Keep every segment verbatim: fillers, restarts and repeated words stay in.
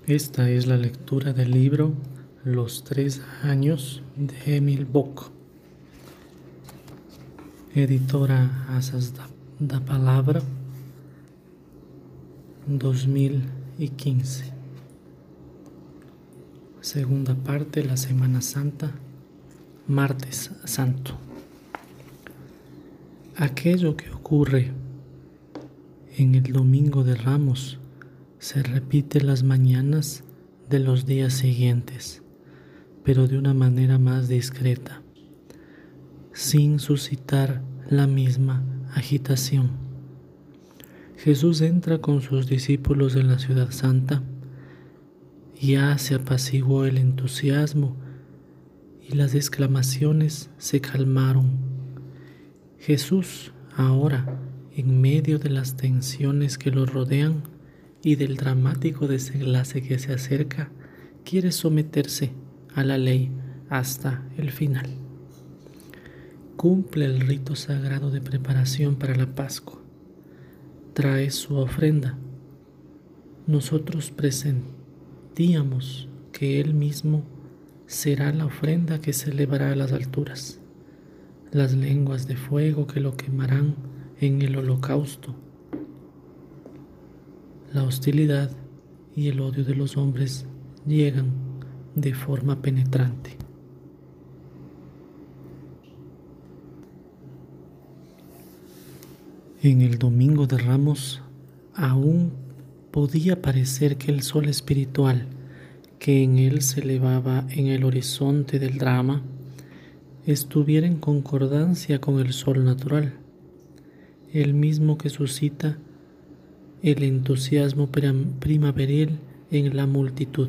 Esta es la lectura del libro Los tres años de Emil Boc, editora Asas da, da Palavra, dos mil quince. Segunda parte, la Semana Santa, Martes Santo. Aquello que ocurre en el Domingo de Ramos se repite las mañanas de los días siguientes, pero de una manera más discreta, sin suscitar la misma agitación. Jesús entra con sus discípulos en la ciudad santa. Ya se apaciguó el entusiasmo y las exclamaciones se calmaron. Jesús, ahora, en medio de las tensiones que lo rodean y del dramático desenlace que se acerca, quiere someterse a la ley hasta el final. Cumple el rito sagrado de preparación para la Pascua. Trae su ofrenda. Nosotros presentíamos que Él mismo será la ofrenda que se elevará a las alturas, las lenguas de fuego que lo quemarán en el holocausto. La hostilidad y el odio de los hombres llegan de forma penetrante. En el Domingo de Ramos aún podía parecer que el sol espiritual que en él se elevaba en el horizonte del drama estuviera en concordancia con el sol natural, el mismo que suscita el entusiasmo primaveril en la multitud.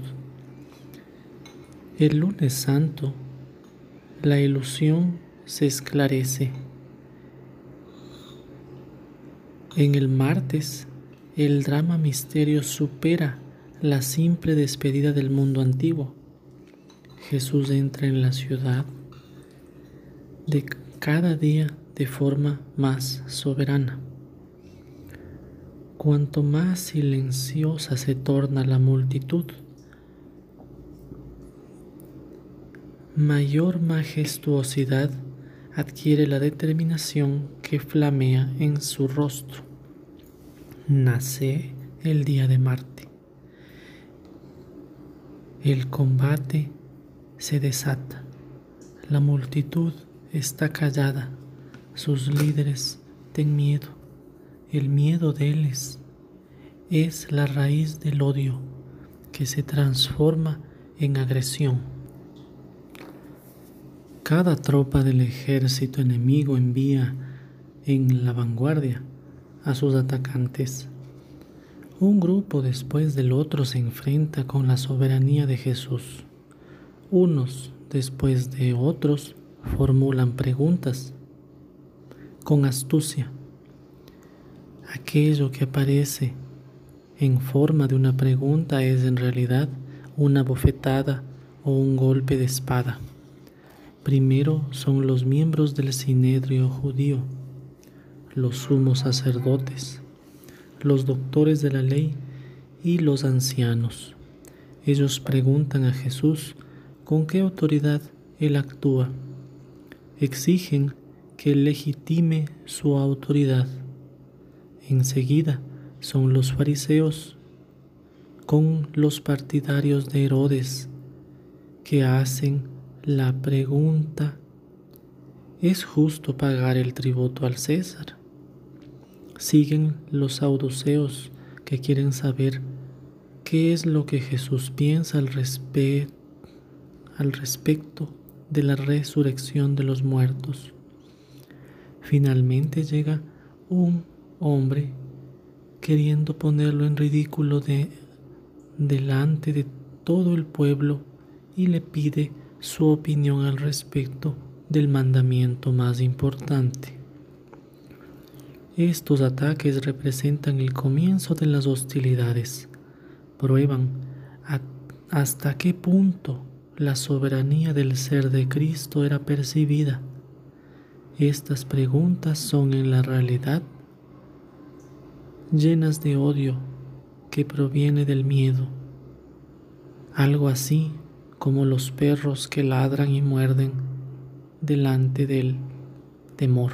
El lunes santo, la ilusión se esclarece. En el martes, el drama misterio supera la simple despedida del mundo antiguo. Jesús entra en la ciudad de cada día de forma más soberana. Cuanto más silenciosa se torna la multitud, mayor majestuosidad adquiere la determinación que flamea en su rostro. Nace el día de Marte. El combate se desata. La multitud está callada. Sus líderes ten miedo. El miedo de ellos es la raíz del odio que se transforma en agresión. Cada tropa del ejército enemigo envía en la vanguardia a sus atacantes. Un grupo después del otro se enfrenta con la soberanía de Jesús. Unos después de otros formulan preguntas con astucia. Aquello que aparece en forma de una pregunta es en realidad una bofetada o un golpe de espada. Primero son los miembros del Sinedrio judío, los sumos sacerdotes, los doctores de la ley y los ancianos. Ellos preguntan a Jesús con qué autoridad Él actúa. Exigen que Él legitime su autoridad. Enseguida son los fariseos con los partidarios de Herodes que hacen la pregunta: ¿es justo pagar el tributo al César? Siguen los saduceos que quieren saber qué es lo que Jesús piensa al, respe- al respecto de la resurrección de los muertos. Finalmente llega un hombre queriendo ponerlo en ridículo de, delante de todo el pueblo y le pide su opinión al respecto del mandamiento más importante. Estos ataques representan el comienzo de las hostilidades. Prueban a, hasta qué punto la soberanía del ser de Cristo era percibida. Estas preguntas son en la realidad llenas de odio que proviene del miedo. algo así como los perros que ladran y muerden delante del temor.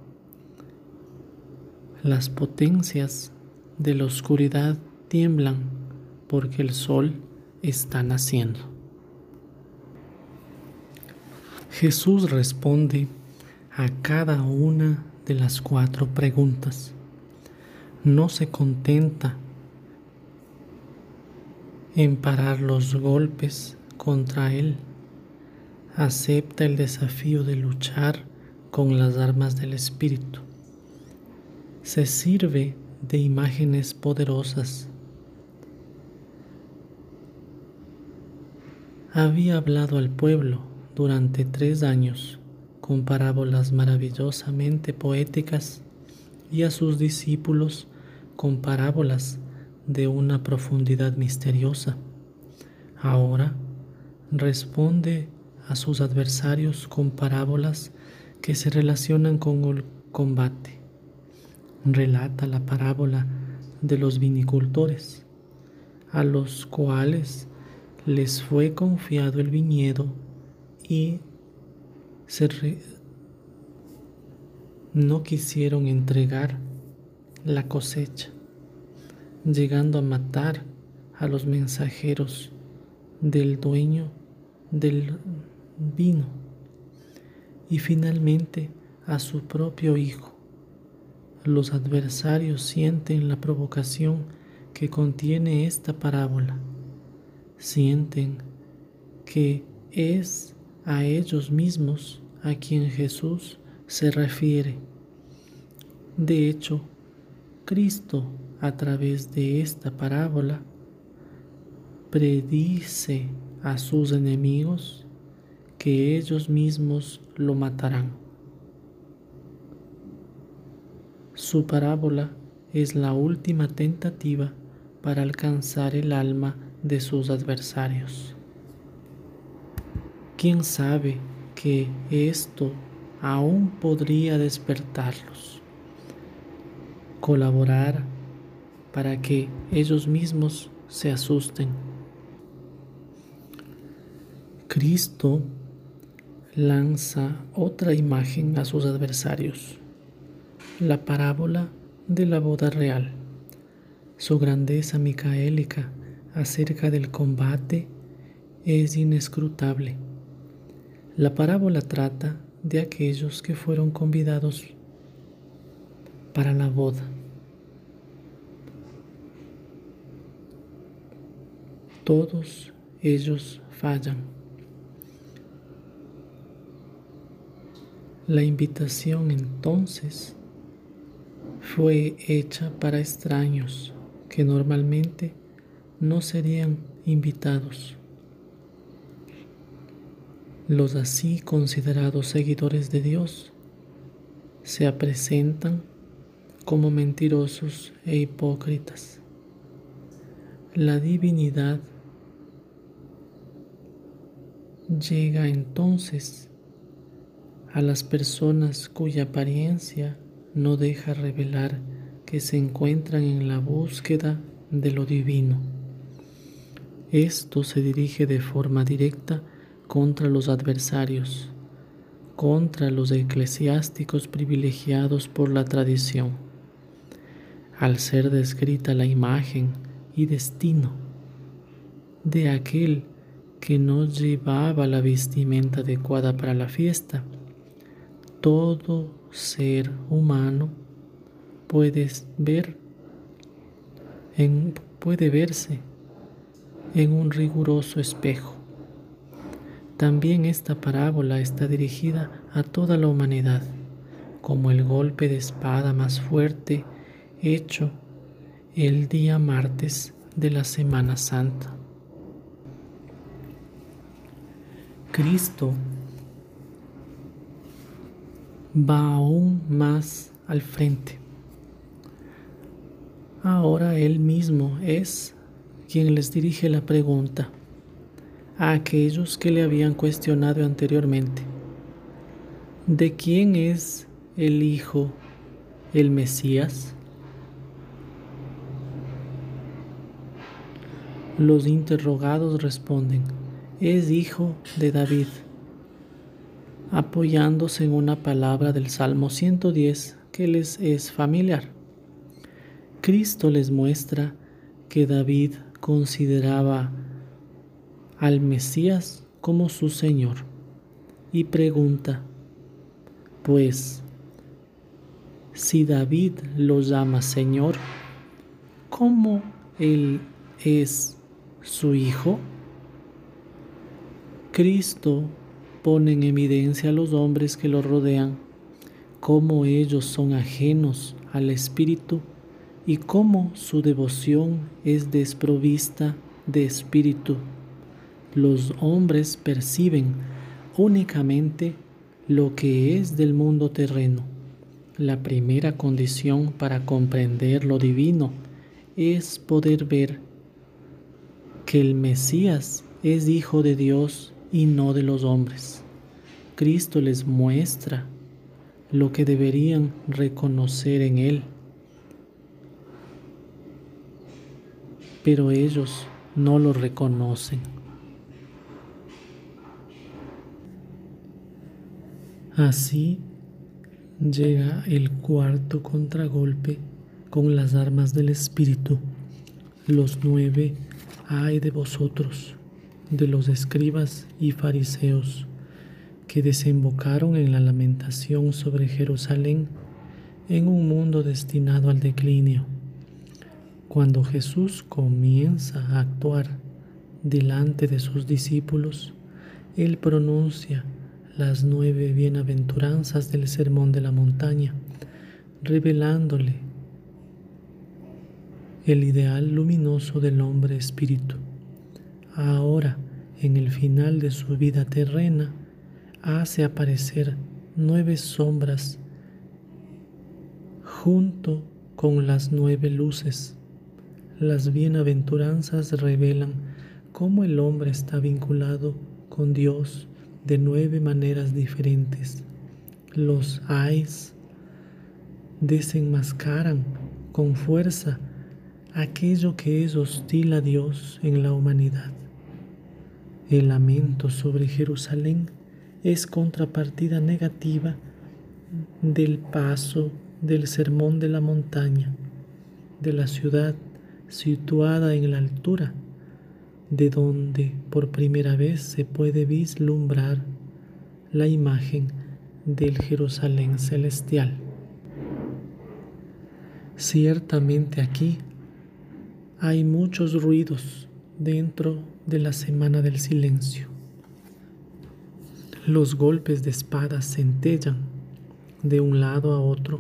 Las potencias de la oscuridad tiemblan porque el sol está naciendo. Jesús responde a cada una de las cuatro preguntas. No se contenta en parar los golpes contra él. Acepta el desafío de luchar con las armas del Espíritu. Se sirve de imágenes poderosas. Había hablado al pueblo durante tres años con parábolas maravillosamente poéticas y a sus discípulos con parábolas de una profundidad misteriosa. Ahora responde a sus adversarios con parábolas que se relacionan con el combate. Relata la parábola de los vinicultores, a los cuales les fue confiado el viñedo y se re... no quisieron entregar la cosecha, llegando a matar a los mensajeros del dueño del vino y finalmente a su propio hijo. Los adversarios sienten la provocación que contiene esta parábola. Sienten que es a ellos mismos a quien Jesús se refiere. De hecho, Cristo, a través de esta parábola, predice a sus enemigos que ellos mismos lo matarán. Su parábola es la última tentativa para alcanzar el alma de sus adversarios. ¿Quién sabe que esto aún podría despertarlos? Colaborar para que ellos mismos se asusten. Cristo lanza otra imagen a sus adversarios, la parábola de la boda real. Su grandeza micaélica acerca del combate es inescrutable. La parábola trata de aquellos que fueron convidados para la boda. Todos ellos fallan. La invitación entonces fue hecha para extraños que normalmente no serían invitados. Los así considerados seguidores de Dios se presentan como mentirosos e hipócritas. La divinidad llega entonces a las personas cuya apariencia no deja revelar que se encuentran en la búsqueda de lo divino. Esto se dirige de forma directa contra los adversarios, contra los eclesiásticos privilegiados por la tradición. Al ser descrita la imagen y destino de aquel que no llevaba la vestimenta adecuada para la fiesta, todo ser humano puede ver en, puede verse en un riguroso espejo. También esta parábola está dirigida a toda la humanidad, como el golpe de espada más fuerte hecho el día martes de la Semana Santa. Cristo va aún más al frente. Ahora Él mismo es quien les dirige la pregunta a aquellos que le habían cuestionado anteriormente. ¿De quién es el Hijo, el Mesías? Los interrogados responden: es hijo de David, apoyándose en una palabra del Salmo ciento diez que les es familiar. Cristo les muestra que David consideraba al Mesías como su Señor y pregunta: pues, si David lo llama Señor, ¿cómo Él es su Hijo? Cristo pone en evidencia a los hombres que lo rodean, cómo ellos son ajenos al Espíritu y cómo su devoción es desprovista de espíritu. Los hombres perciben únicamente lo que es del mundo terreno. La primera condición para comprender lo divino es poder ver que el Mesías es hijo de Dios y no de los hombres. Cristo les muestra lo que deberían reconocer en Él, pero ellos no lo reconocen. Así llega el cuarto contragolpe con las armas del Espíritu. Los nueve ay de vosotros, de los escribas y fariseos, que desembocaron en la lamentación sobre Jerusalén en un mundo destinado al declinio. Cuando Jesús comienza a actuar delante de sus discípulos, Él pronuncia las nueve bienaventuranzas del Sermón de la Montaña, revelándole el ideal luminoso del hombre espíritu. Ahora, en el final de su vida terrena, hace aparecer nueve sombras junto con las nueve luces. Las bienaventuranzas revelan cómo el hombre está vinculado con Dios de nueve maneras diferentes. Los ayes desenmascaran con fuerza aquello que es hostil a Dios en la humanidad. El lamento sobre Jerusalén es contrapartida negativa del paso del Sermón de la Montaña, de la ciudad situada en la altura, de donde por primera vez se puede vislumbrar la imagen del Jerusalén celestial. Ciertamente aquí hay muchos ruidos dentro de la semana del silencio. Los golpes de espadas centellan de un lado a otro.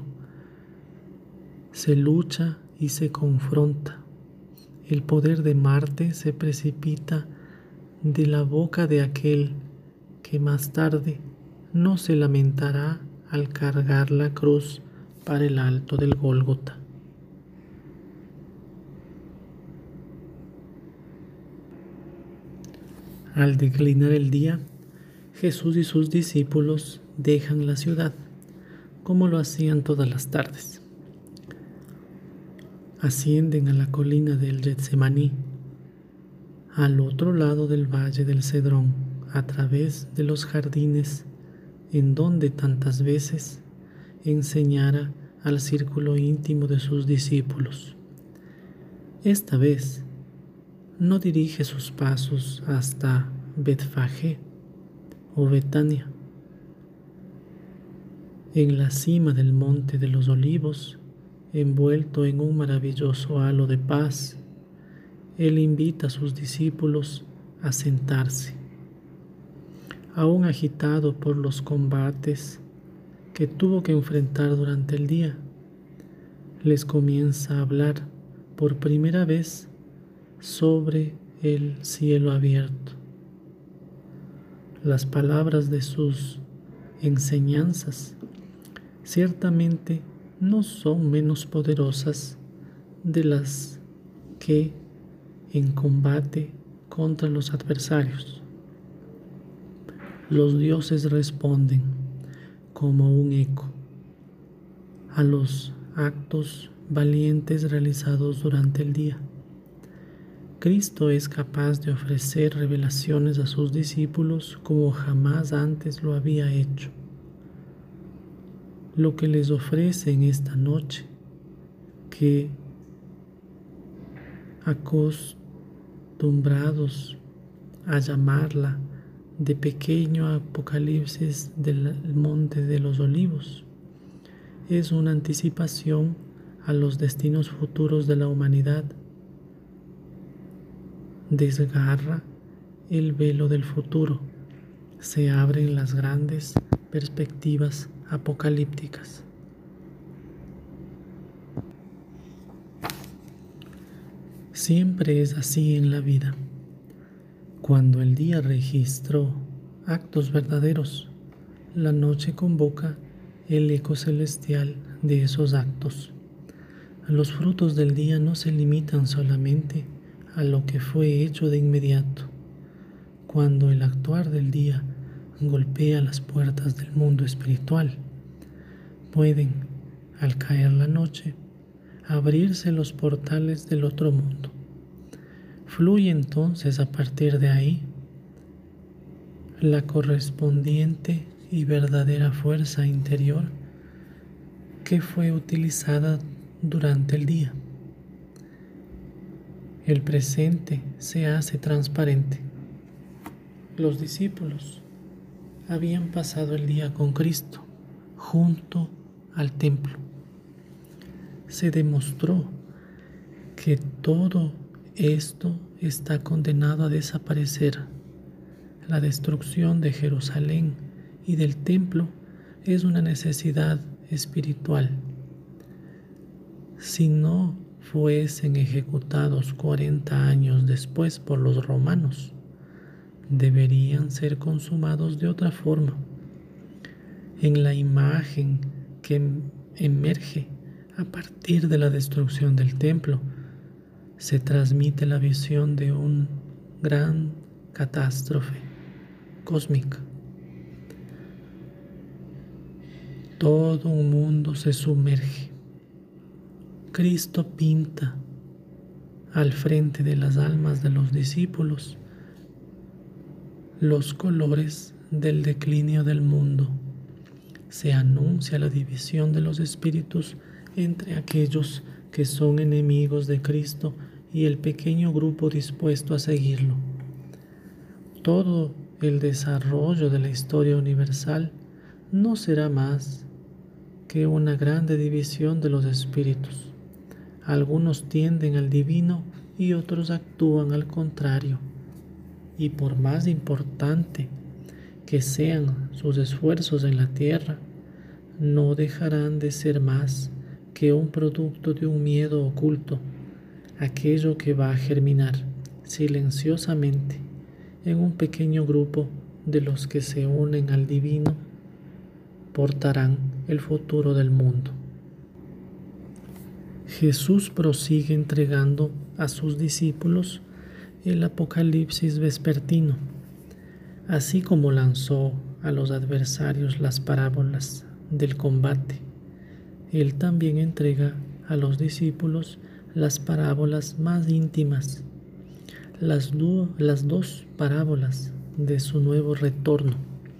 Se lucha y se confronta. El poder de Marte se precipita de la boca de aquel que más tarde no se lamentará al cargar la cruz para el alto del Gólgota. Al declinar el día, Jesús y sus discípulos dejan la ciudad, como lo hacían todas las tardes. Ascienden a la colina del Getsemaní, al otro lado del valle del Cedrón, a través de los jardines en donde tantas veces enseñara al círculo íntimo de sus discípulos. Esta vez no dirige sus pasos hasta Betfagé o Betania. En la cima del monte de los Olivos, envuelto en un maravilloso halo de paz, Él invita a sus discípulos a sentarse. Aún agitado por los combates que tuvo que enfrentar durante el día, les comienza a hablar por primera vez sobre el cielo abierto. Las palabras de sus enseñanzas ciertamente no son menos poderosas de las que en combate contra los adversarios. Los dioses responden como un eco a los actos valientes realizados durante el día. Cristo es capaz de ofrecer revelaciones a sus discípulos como jamás antes lo había hecho. Lo que les ofrece en esta noche, que acostumbrados a llamarla de pequeño Apocalipsis del Monte de los Olivos, es una anticipación a los destinos futuros de la humanidad. Desgarra el velo del futuro, se abren las grandes perspectivas apocalípticas. Siempre es así en la vida. Cuando el día registró actos verdaderos, la noche convoca el eco celestial de esos actos. Los frutos del día no se limitan solamente a lo que fue hecho de inmediato. Cuando el actuar del día golpea las puertas del mundo espiritual, pueden, al caer la noche, abrirse los portales del otro mundo. Fluye entonces a partir de ahí la correspondiente y verdadera fuerza interior que fue utilizada durante el día. El presente se hace transparente. Los discípulos habían pasado el día con Cristo junto al templo. Se demostró que todo esto está condenado a desaparecer. La destrucción de Jerusalén y del templo es una necesidad espiritual. Si no fuesen ejecutados cuarenta años después por los romanos, deberían ser consumados de otra forma. En la imagen que emerge a partir de la destrucción del templo, se transmite la visión de una gran catástrofe cósmica. Todo un mundo se sumerge. Cristo pinta al frente de las almas de los discípulos los colores del declinio del mundo. Se anuncia la división de los espíritus entre aquellos que son enemigos de Cristo y el pequeño grupo dispuesto a seguirlo. Todo el desarrollo de la historia universal no será más que una grande división de los espíritus. Algunos tienden al divino y otros actúan al contrario. Y por más importante que sean sus esfuerzos en la tierra, no dejarán de ser más que un producto de un miedo oculto, aquello que va a germinar silenciosamente en un pequeño grupo de los que se unen al divino, portarán el futuro del mundo. Jesús prosigue entregando a sus discípulos el Apocalipsis vespertino, así como lanzó a los adversarios las parábolas del combate. Él también entrega a los discípulos las parábolas más íntimas, las, du- las dos parábolas de su nuevo retorno.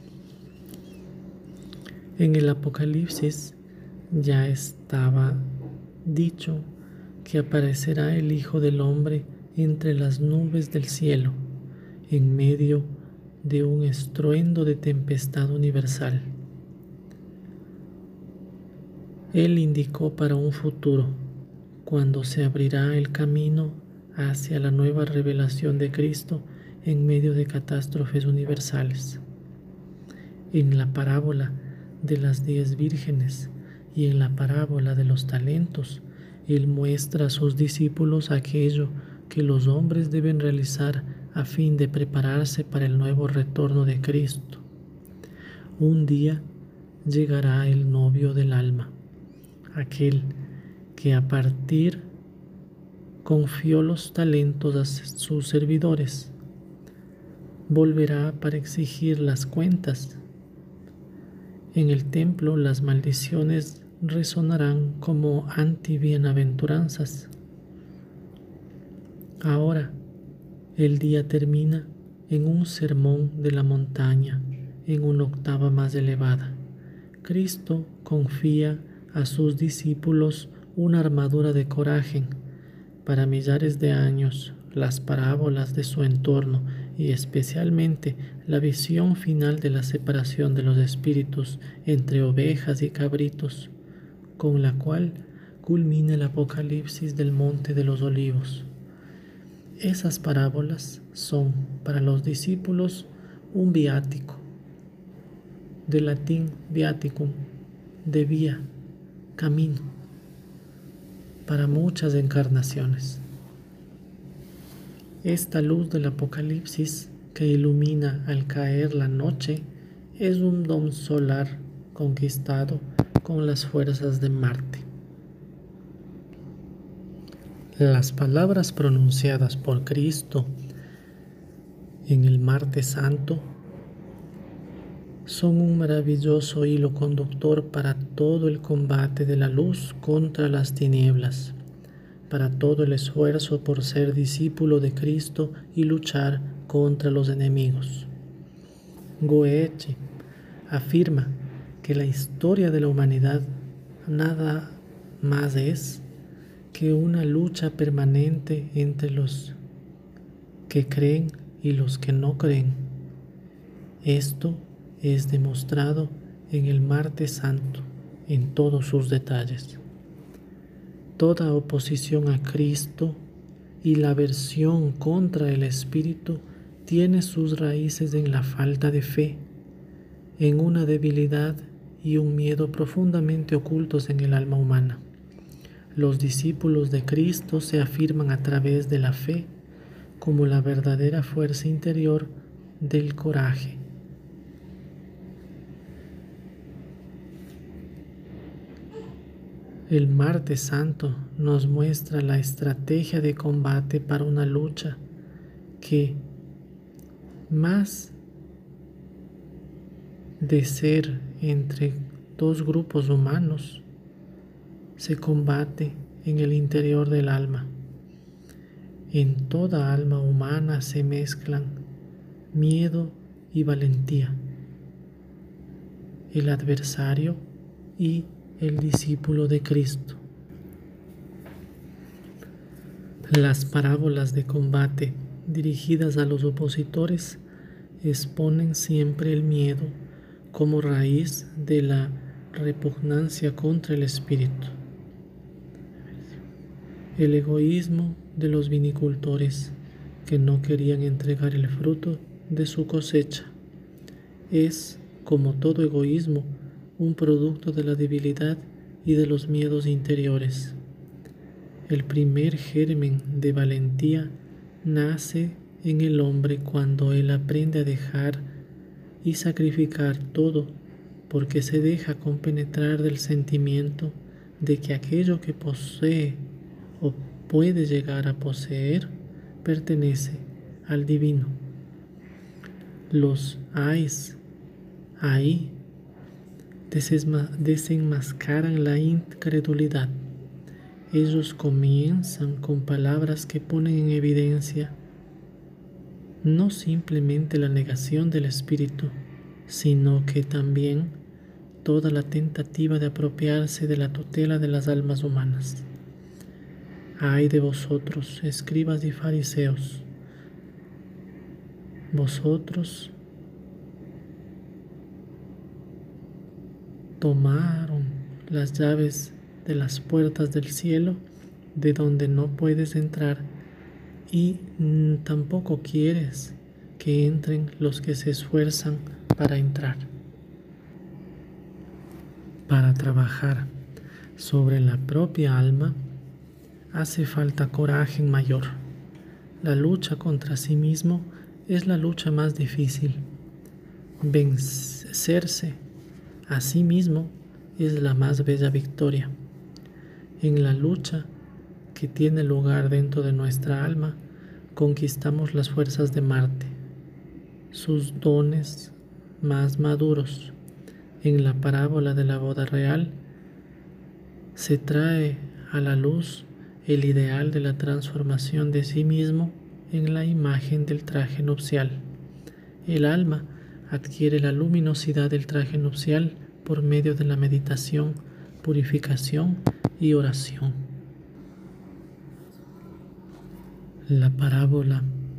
En el Apocalipsis ya estaba dicho que aparecerá el Hijo del Hombre entre las nubes del cielo, en medio de un estruendo de tempestad universal. Él indicó para un futuro, cuando se abrirá el camino hacia la nueva revelación de Cristo en medio de catástrofes universales. En la parábola de las diez vírgenes y en la parábola de los talentos, Él muestra a sus discípulos aquello que los hombres deben realizar a fin de prepararse para el nuevo retorno de Cristo. Un día llegará el novio del alma, aquel que a partir confió los talentos a sus servidores. Volverá para exigir las cuentas. En el templo las maldiciones resonarán como anti-bienaventuranzas. Ahora El día termina en un sermón de la montaña, en una octava más elevada. Cristo confía a sus discípulos una armadura de coraje. Para millares de años, las parábolas de su entorno y especialmente la visión final de la separación de los espíritus entre ovejas y cabritos, con la cual culmina el apocalipsis del Monte de los Olivos. Esas parábolas son para los discípulos un viático, del latín viaticum, de vía, camino, para muchas encarnaciones. Esta luz del Apocalipsis que ilumina al caer la noche es un don solar conquistado con las fuerzas de Marte. Las palabras pronunciadas por Cristo en el Martes Santo son un maravilloso hilo conductor para todo el combate de la luz contra las tinieblas, para todo el esfuerzo por ser discípulo de Cristo y luchar contra los enemigos. Goethe afirma que la historia de la humanidad nada más es que una lucha permanente entre los que creen y los que no creen. Esto es demostrado en el Martes Santo en todos sus detalles. Toda oposición a Cristo y la aversión contra el Espíritu tiene sus raíces en la falta de fe, en una debilidad y un miedo profundamente ocultos en el alma humana. Los discípulos de Cristo se afirman a través de la fe como la verdadera fuerza interior del coraje. El Martes Santo nos muestra la estrategia de combate para una lucha que, más de ser entre dos grupos humanos, se combate en el interior del alma. En toda alma humana se mezclan miedo y valentía, el adversario y el discípulo de Cristo. Las parábolas de combate dirigidas a los opositores exponen siempre el miedo como raíz de la repugnancia contra el espíritu. El egoísmo de los vinicultores que no querían entregar el fruto de su cosecha es, como todo egoísmo, un producto de la debilidad y de los miedos interiores. El primer germen de valentía nace en el hombre cuando él aprende a dejar y sacrificar todo, porque se deja compenetrar del sentimiento de que aquello que posee o puede llegar a poseer pertenece al divino. Los ais ahí desenmascaran la incredulidad. Ellos comienzan con palabras que ponen en evidencia no simplemente la negación del espíritu, sino que también toda la tentativa de apropiarse de la tutela de las almas humanas. Ay de vosotros, escribas y fariseos, vosotros tomaron las llaves de las puertas del cielo, de donde no puedes entrar, y tampoco quieres que entren los que se esfuerzan para entrar. Para trabajar sobre la propia alma hace falta coraje mayor. La lucha contra sí mismo es la lucha más difícil. Vencerse a sí mismo es la más bella victoria. En la lucha que tiene lugar dentro de nuestra alma, conquistamos las fuerzas de Marte, sus dones más maduros. En la parábola de la boda real se trae a la luz el ideal de la transformación de sí mismo en la imagen del traje nupcial. El alma adquiere la luminosidad del traje nupcial por medio de la meditación, purificación y oración. La parábola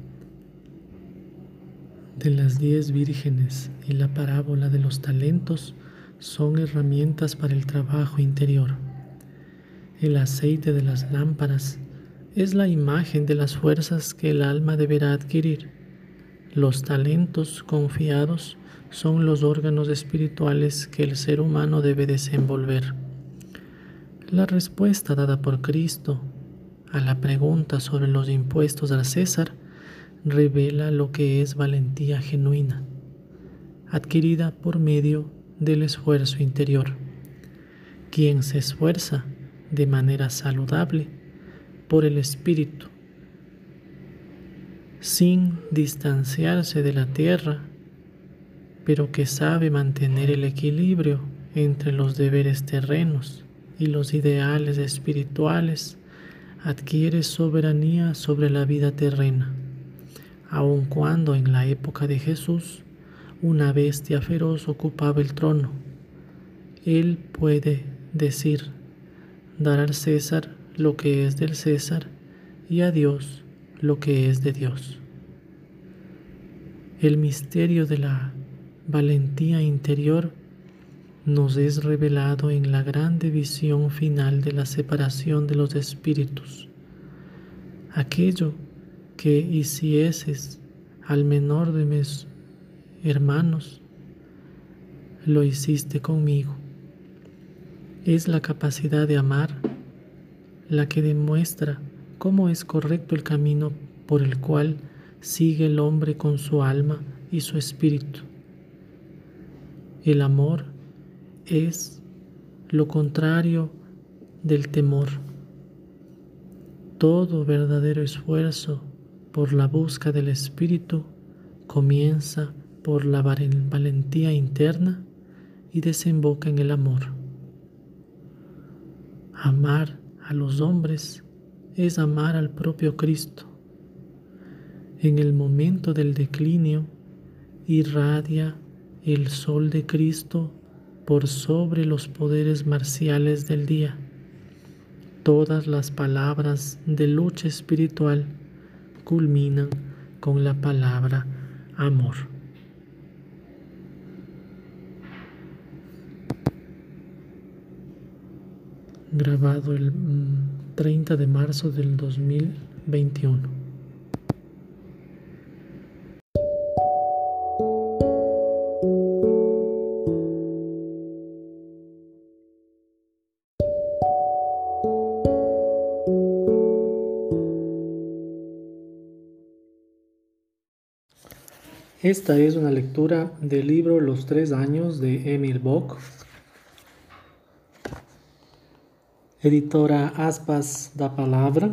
de las diez vírgenes y la parábola de los talentos son herramientas para el trabajo interior. El aceite de las lámparas es la imagen de las fuerzas que el alma deberá adquirir. Los talentos confiados son los órganos espirituales que el ser humano debe desenvolver. La respuesta dada por Cristo a la pregunta sobre los impuestos al César revela lo que es valentía genuina, adquirida por medio del esfuerzo interior. Quien se esfuerza de manera saludable por el espíritu, sin distanciarse de la tierra, pero que sabe mantener el equilibrio entre los deberes terrenos y los ideales espirituales, adquiere soberanía sobre la vida terrena, aun cuando en la época de Jesús una bestia feroz ocupaba el trono. Él puede decir: dar al César lo que es del César y a Dios lo que es de Dios. El misterio de la valentía interior nos es revelado en la grande visión final de la separación de los espíritus. Aquello que hicieses al menor de mis hermanos, lo hiciste conmigo. Es la capacidad de amar la que demuestra cómo es correcto el camino por el cual sigue el hombre con su alma y su espíritu. El amor es lo contrario del temor. Todo verdadero esfuerzo por la busca del espíritu comienza por la valentía interna y desemboca en el amor. Amar a los hombres es amar al propio Cristo. En el momento del declinio irradia el sol de Cristo por sobre los poderes marciales del día. Todas las palabras de lucha espiritual culminan con la palabra amor. Grabado el treinta de marzo del dos mil veintiuno. Esta es una lectura del libro Los tres años de Emil Boc, editora Aspas da Palavra,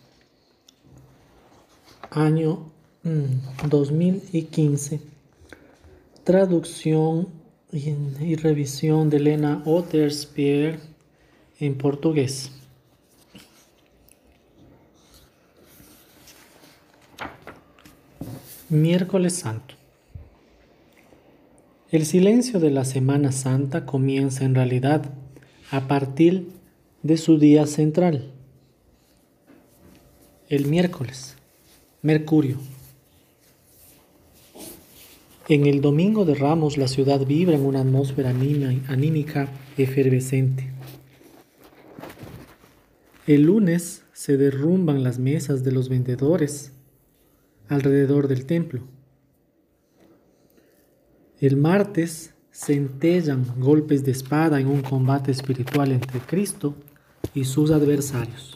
año mm, dos mil quince, traducción y, y revisión de Lena Otterspierre en portugués. Miércoles Santo. El silencio de la Semana Santa comienza en realidad a partir de su día central, el miércoles, Mercurio. En el Domingo de Ramos la ciudad vibra en una atmósfera anímica efervescente. El lunes se derrumban las mesas de los vendedores alrededor del templo. El martes centellan golpes de espada en un combate espiritual entre Cristo y sus adversarios.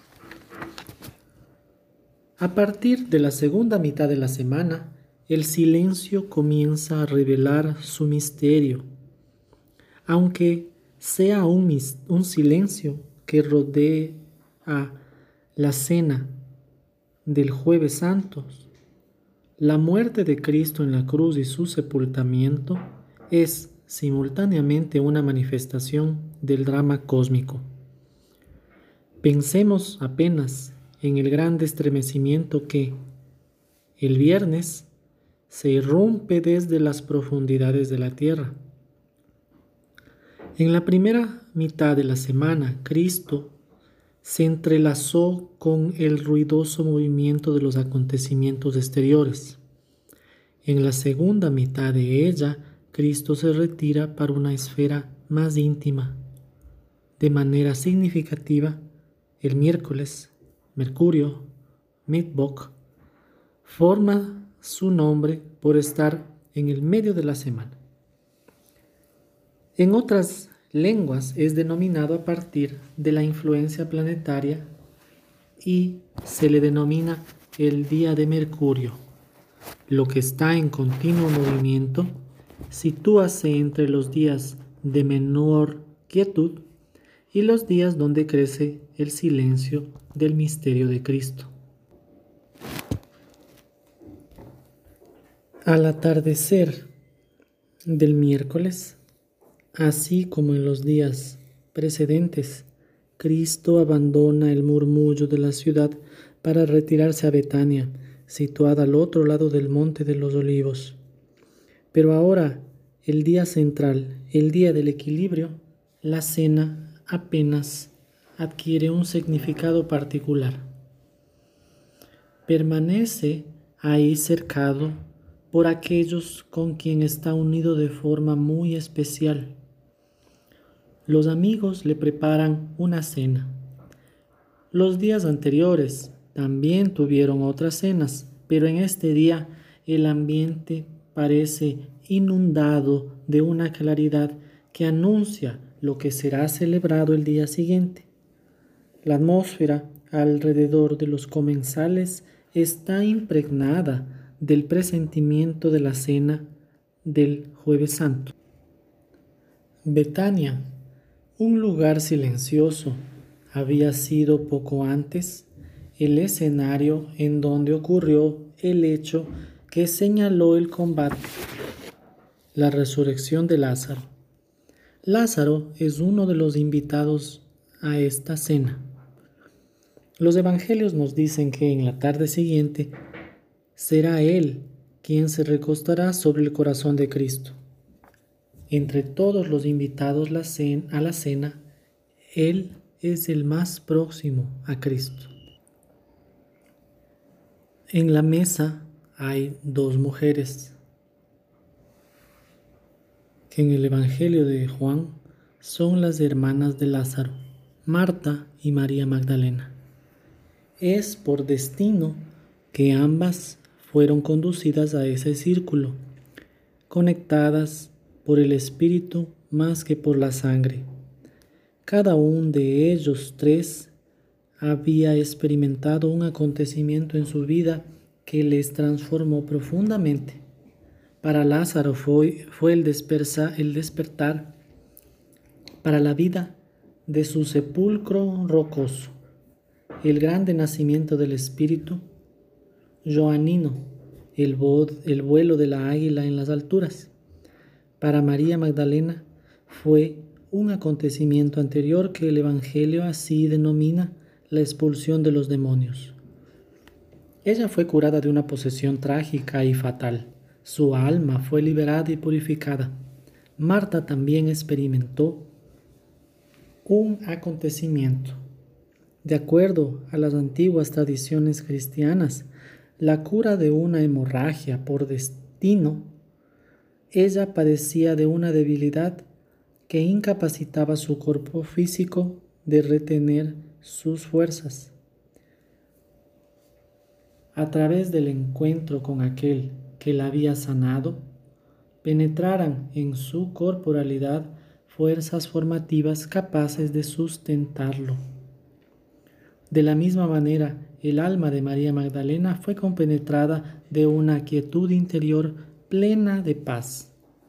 A partir de la segunda mitad de la semana, el silencio comienza a revelar su misterio, aunque sea un, un silencio que rodee a la cena del Jueves Santo. La muerte de Cristo en la cruz y su sepultamiento es simultáneamente una manifestación del drama cósmico. Pensemos apenas en el gran estremecimiento que, El viernes se irrumpe desde las profundidades de la tierra. En la primera mitad de la semana, Cristo se entrelazó con el ruidoso movimiento de los acontecimientos exteriores. En la segunda mitad de ella, Cristo se retira para una esfera más íntima. De manera significativa, el miércoles, Mercurio, Mittwoch, forma su nombre por estar en el medio de la semana. En otras lenguas es denominado a partir de la influencia planetaria y se le denomina el día de Mercurio. Lo que está en continuo movimiento sitúase entre los días de menor quietud y los días donde crece el silencio del misterio de Cristo. Al atardecer del miércoles, así como en los días precedentes, Cristo abandona el murmullo de la ciudad para retirarse a Betania, situada al otro lado del Monte de los Olivos. Pero ahora, el día central, el día del equilibrio, la cena apenas adquiere un significado particular. Permanece ahí cercado por aquellos con quien está unido de forma muy especial. Los amigos le preparan una cena. Los días anteriores también tuvieron otras cenas, pero en este día el ambiente parece inundado de una claridad que anuncia lo que será celebrado el día siguiente. La atmósfera alrededor de los comensales está impregnada del presentimiento de la cena del Jueves Santo. Betania, un lugar silencioso, había sido poco antes el escenario en donde ocurrió el hecho que señaló el combate, la resurrección de Lázaro. Lázaro es uno de los invitados a esta cena. Los evangelios nos dicen que en la tarde siguiente será él quien se recostará sobre el corazón de Cristo. Entre todos los invitados a la cena, él es el más próximo a Cristo. En la mesa hay dos mujeres que en el Evangelio de Juan son las hermanas de Lázaro, Marta y María Magdalena. Es por destino que ambas fueron conducidas a ese círculo, conectadas por el Espíritu más que por la sangre. Cada uno de ellos tres había experimentado un acontecimiento en su vida que les transformó profundamente. Para Lázaro fue, fue el, despersa, el despertar para la vida de su sepulcro rocoso, el grande nacimiento del Espíritu joanino, el, el vuelo de la águila en las alturas. Para María Magdalena fue un acontecimiento anterior que el Evangelio así denomina la expulsión de los demonios. Ella fue curada de una posesión trágica y fatal. Su alma fue liberada y purificada. Marta también experimentó un acontecimiento. De acuerdo a las antiguas tradiciones cristianas, la cura de una hemorragia por destino, ella padecía de una debilidad que incapacitaba su cuerpo físico de retener sus fuerzas. A través del encuentro con aquel que la había sanado, penetraran en su corporalidad fuerzas formativas capaces de sustentarlo. De la misma manera, el alma de María Magdalena fue compenetrada de una quietud interior plena de paz.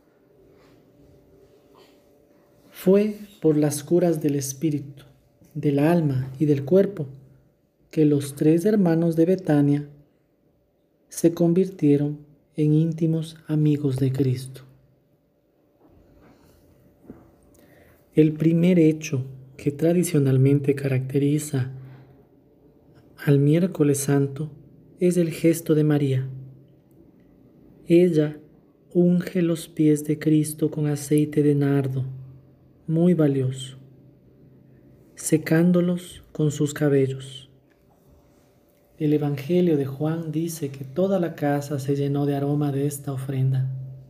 Fue por las curas del espíritu, del alma y del cuerpo que los tres hermanos de Betania se convirtieron en íntimos amigos de Cristo. El primer hecho que tradicionalmente caracteriza al miércoles santo es el gesto de María, Ella unge los pies de Cristo con aceite de nardo, muy valioso, secándolos con sus cabellos. El Evangelio de Juan dice que toda la casa se llenó de aroma de esta ofrenda.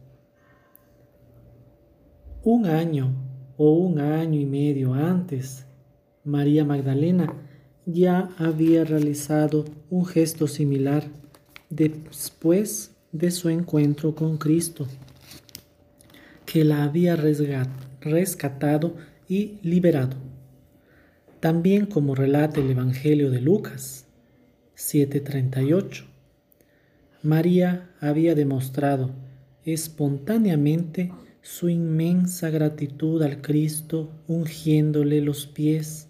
Un año o un año y medio antes, María Magdalena ya había realizado un gesto similar después de su encuentro con Cristo, que la había rescatado y liberado. También, como relata el Evangelio de Lucas siete treinta y ocho, María había demostrado espontáneamente su inmensa gratitud al Cristo, ungiéndole los pies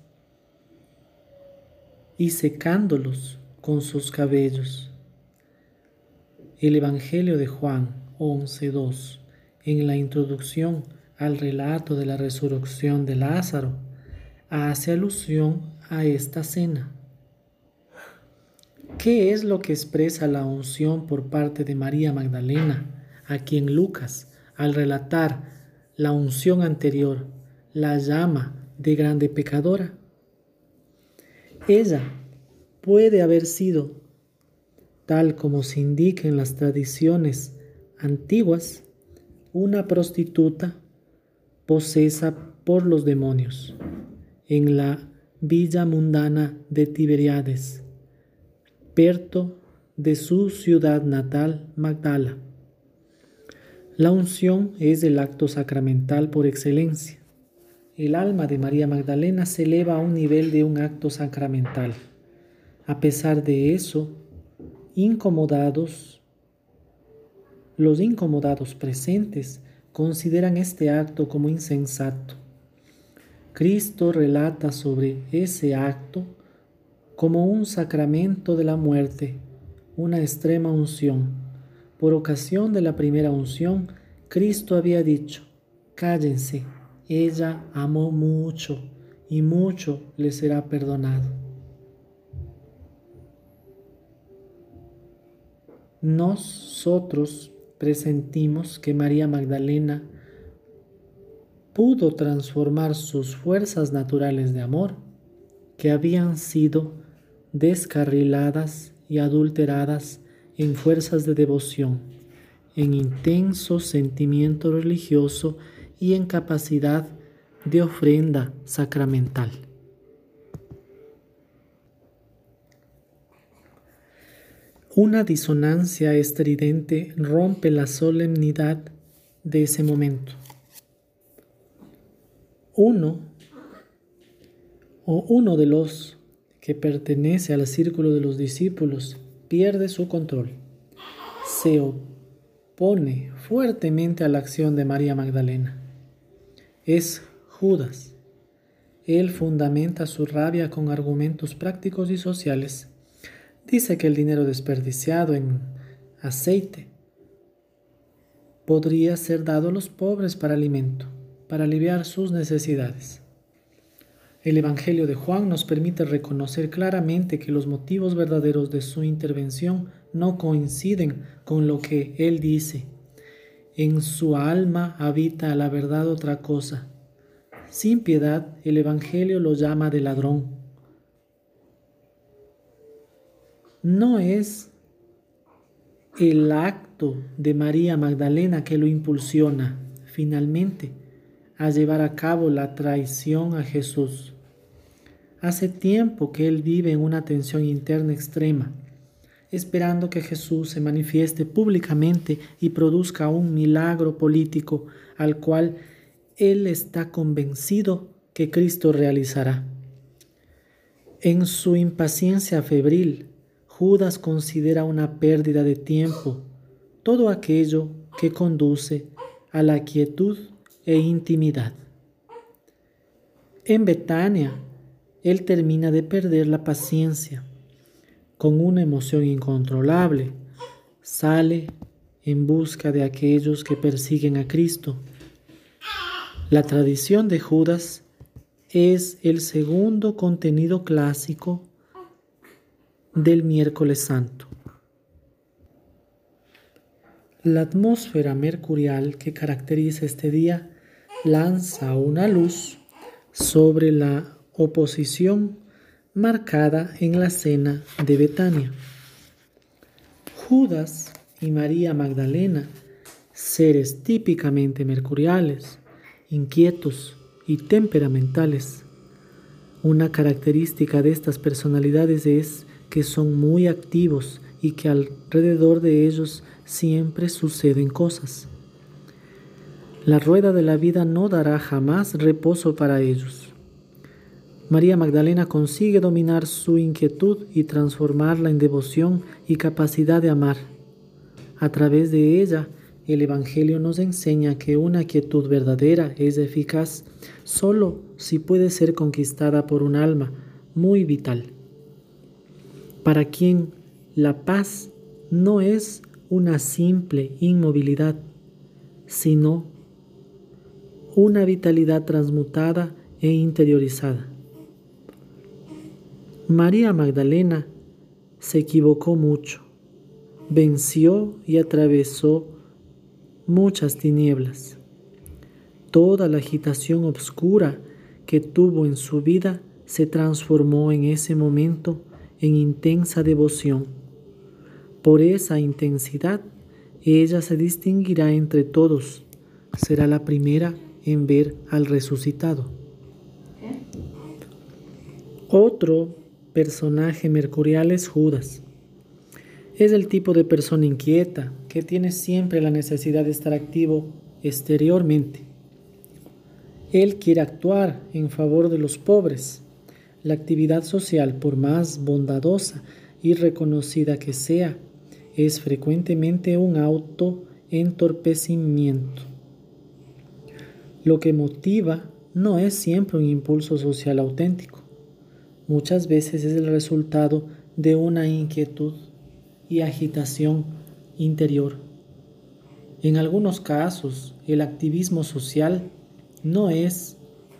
y secándolos con sus cabellos. El Evangelio de Juan once dos, en la introducción al relato de la resurrección de Lázaro, hace alusión a esta cena. ¿Qué es lo que expresa la unción por parte de María Magdalena, a quien Lucas, al relatar la unción anterior, la llama de grande pecadora? Ella puede haber sido, tal como se indica en las tradiciones antiguas, una prostituta posesa por los demonios en la villa mundana de Tiberíades, perto de su ciudad natal, Magdala. La unción es el acto sacramental por excelencia. El alma de María Magdalena se eleva a un nivel de un acto sacramental. A pesar de eso, incomodados, los incomodados presentes consideran este acto como insensato. Cristo relata sobre ese acto como un sacramento de la muerte, una extrema unción. Por ocasión de la primera unción, Cristo había dicho: cállense, ella amó mucho y mucho le será perdonado. Nosotros presentimos que María Magdalena pudo transformar sus fuerzas naturales de amor, que habían sido descarriladas y adulteradas en fuerzas de devoción, en intenso sentimiento religioso y en capacidad de ofrenda sacramental. Una disonancia estridente rompe la solemnidad de ese momento. Uno o uno de los que pertenece al círculo de los discípulos pierde su control. Se opone fuertemente a la acción de María Magdalena. Es Judas. Él fundamenta su rabia con argumentos prácticos y sociales. Dice que el dinero desperdiciado en aceite podría ser dado a los pobres para alimento, para aliviar sus necesidades. El Evangelio de Juan nos permite reconocer claramente que los motivos verdaderos de su intervención no coinciden con lo que él dice. En su alma habita la verdad otra cosa. Sin piedad, el Evangelio lo llama de ladrón. No es el acto de María Magdalena que lo impulsiona finalmente a llevar a cabo la traición a Jesús. Hace tiempo que él vive en una tensión interna extrema, esperando que Jesús se manifieste públicamente y produzca un milagro político al cual él está convencido que Cristo realizará. En su impaciencia febril, Judas considera una pérdida de tiempo todo aquello que conduce a la quietud e intimidad. En Betania, él termina de perder la paciencia. Con una emoción incontrolable, sale en busca de aquellos que persiguen a Cristo. La tradición de Judas es el segundo contenido clásico del miércoles santo. La atmósfera mercurial que caracteriza este día lanza una luz sobre la oposición marcada en la cena de Betania. Judas y María Magdalena, seres típicamente mercuriales, inquietos y temperamentales. Una característica de estas personalidades es que son muy activos y que alrededor de ellos siempre suceden cosas. La rueda de la vida no dará jamás reposo para ellos. María Magdalena consigue dominar su inquietud y transformarla en devoción y capacidad de amar. A través de ella, el Evangelio nos enseña que una quietud verdadera es eficaz solo si puede ser conquistada por un alma muy vital, para quien la paz no es una simple inmovilidad, sino una vitalidad transmutada e interiorizada. María Magdalena se equivocó mucho, venció y atravesó muchas tinieblas. Toda la agitación oscura que tuvo en su vida se transformó en ese momento en intensa devoción. Por esa intensidad, ella se distinguirá entre todos. Será la primera en ver al resucitado. Otro personaje mercurial es Judas. Es el tipo de persona inquieta que tiene siempre la necesidad de estar activo exteriormente. Él quiere actuar en favor de los pobres. La actividad social, por más bondadosa y reconocida que sea, es frecuentemente un autoentorpecimiento. Lo que motiva no es siempre un impulso social auténtico. Muchas veces es el resultado de una inquietud y agitación interior. En algunos casos, el activismo social no es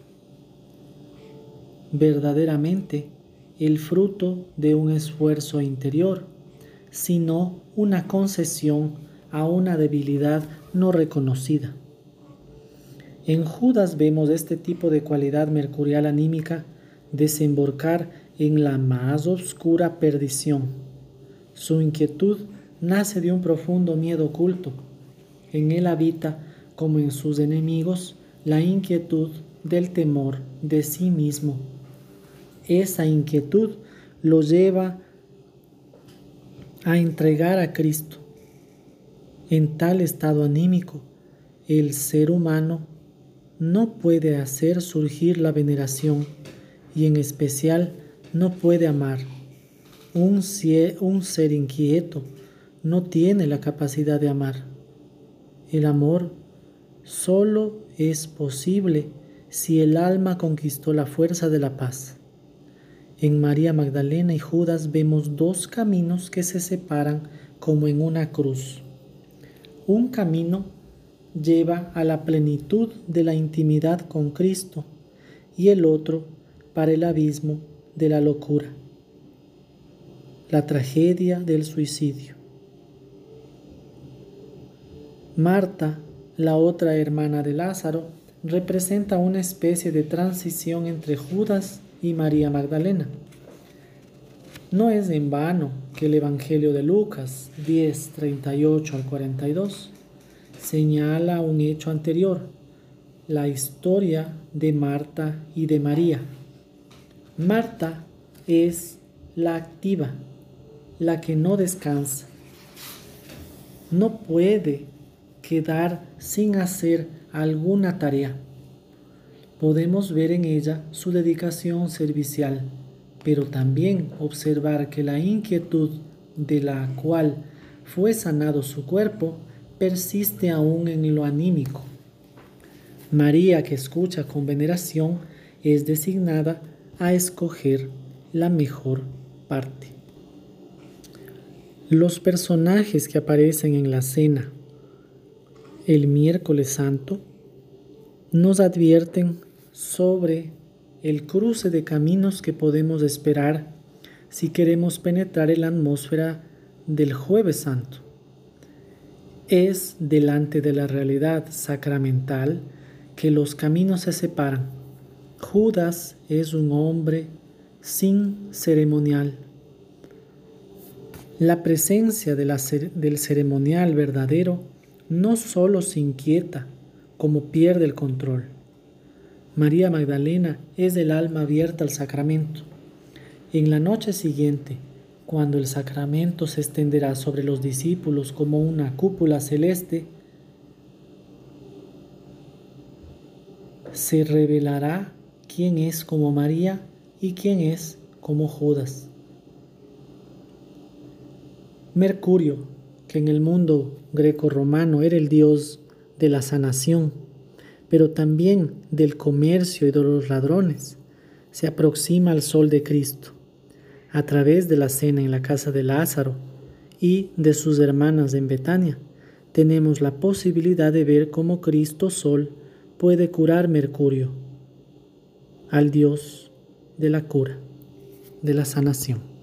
verdaderamente el fruto de un esfuerzo interior, sino una concesión a una debilidad no reconocida. En Judas vemos este tipo de cualidad mercurial anímica desembocar en la más oscura perdición. Su inquietud nace de un profundo miedo oculto. En él habita, como en sus enemigos, la inquietud del temor de sí mismo. Esa inquietud lo lleva a entregar a Cristo. En tal estado anímico, el ser humano no puede hacer surgir la veneración y en especial no puede amar. Un ser, un ser inquieto no tiene la capacidad de amar. El amor solo es posible si el alma conquistó la fuerza de la paz. En María Magdalena y Judas vemos dos caminos que se separan como en una cruz. Un camino lleva a la plenitud de la intimidad con Cristo y el otro para el abismo de la locura, la tragedia del suicidio. Marta, la otra hermana de Lázaro, representa una especie de transición entre Judas y María Magdalena. No es en vano que el Evangelio de Lucas diez, treinta y ocho al cuarenta y dos señala un hecho anterior, la historia de Marta y de María. Marta es la activa, la que no descansa. No puede quedar sin hacer alguna tarea. Podemos ver en ella su dedicación servicial, pero también observar que la inquietud de la cual fue sanado su cuerpo persiste aún en lo anímico. María, que escucha con veneración, es designada a escoger la mejor parte. Los personajes que aparecen en la cena el miércoles santo nos advierten sobre el cruce de caminos que podemos esperar si queremos penetrar en la atmósfera del jueves santo. Es delante de la realidad sacramental que los caminos se separan. Judas es un hombre sin ceremonial. La presencia de la, del ceremonial verdadero no solo se inquieta, como pierde el control. María Magdalena es el alma abierta al sacramento. En la noche siguiente, cuando el sacramento se extenderá sobre los discípulos como una cúpula celeste, se revelará quién es como María y quién es como Judas. Mercurio, que en el mundo greco-romano era el dios de la sanación, pero también del comercio y de los ladrones, se aproxima al sol de Cristo a través de la cena en la casa de Lázaro y de sus hermanas en Betania. Tenemos la posibilidad de ver cómo Cristo Sol puede curar Mercurio, al Dios de la cura, de la sanación.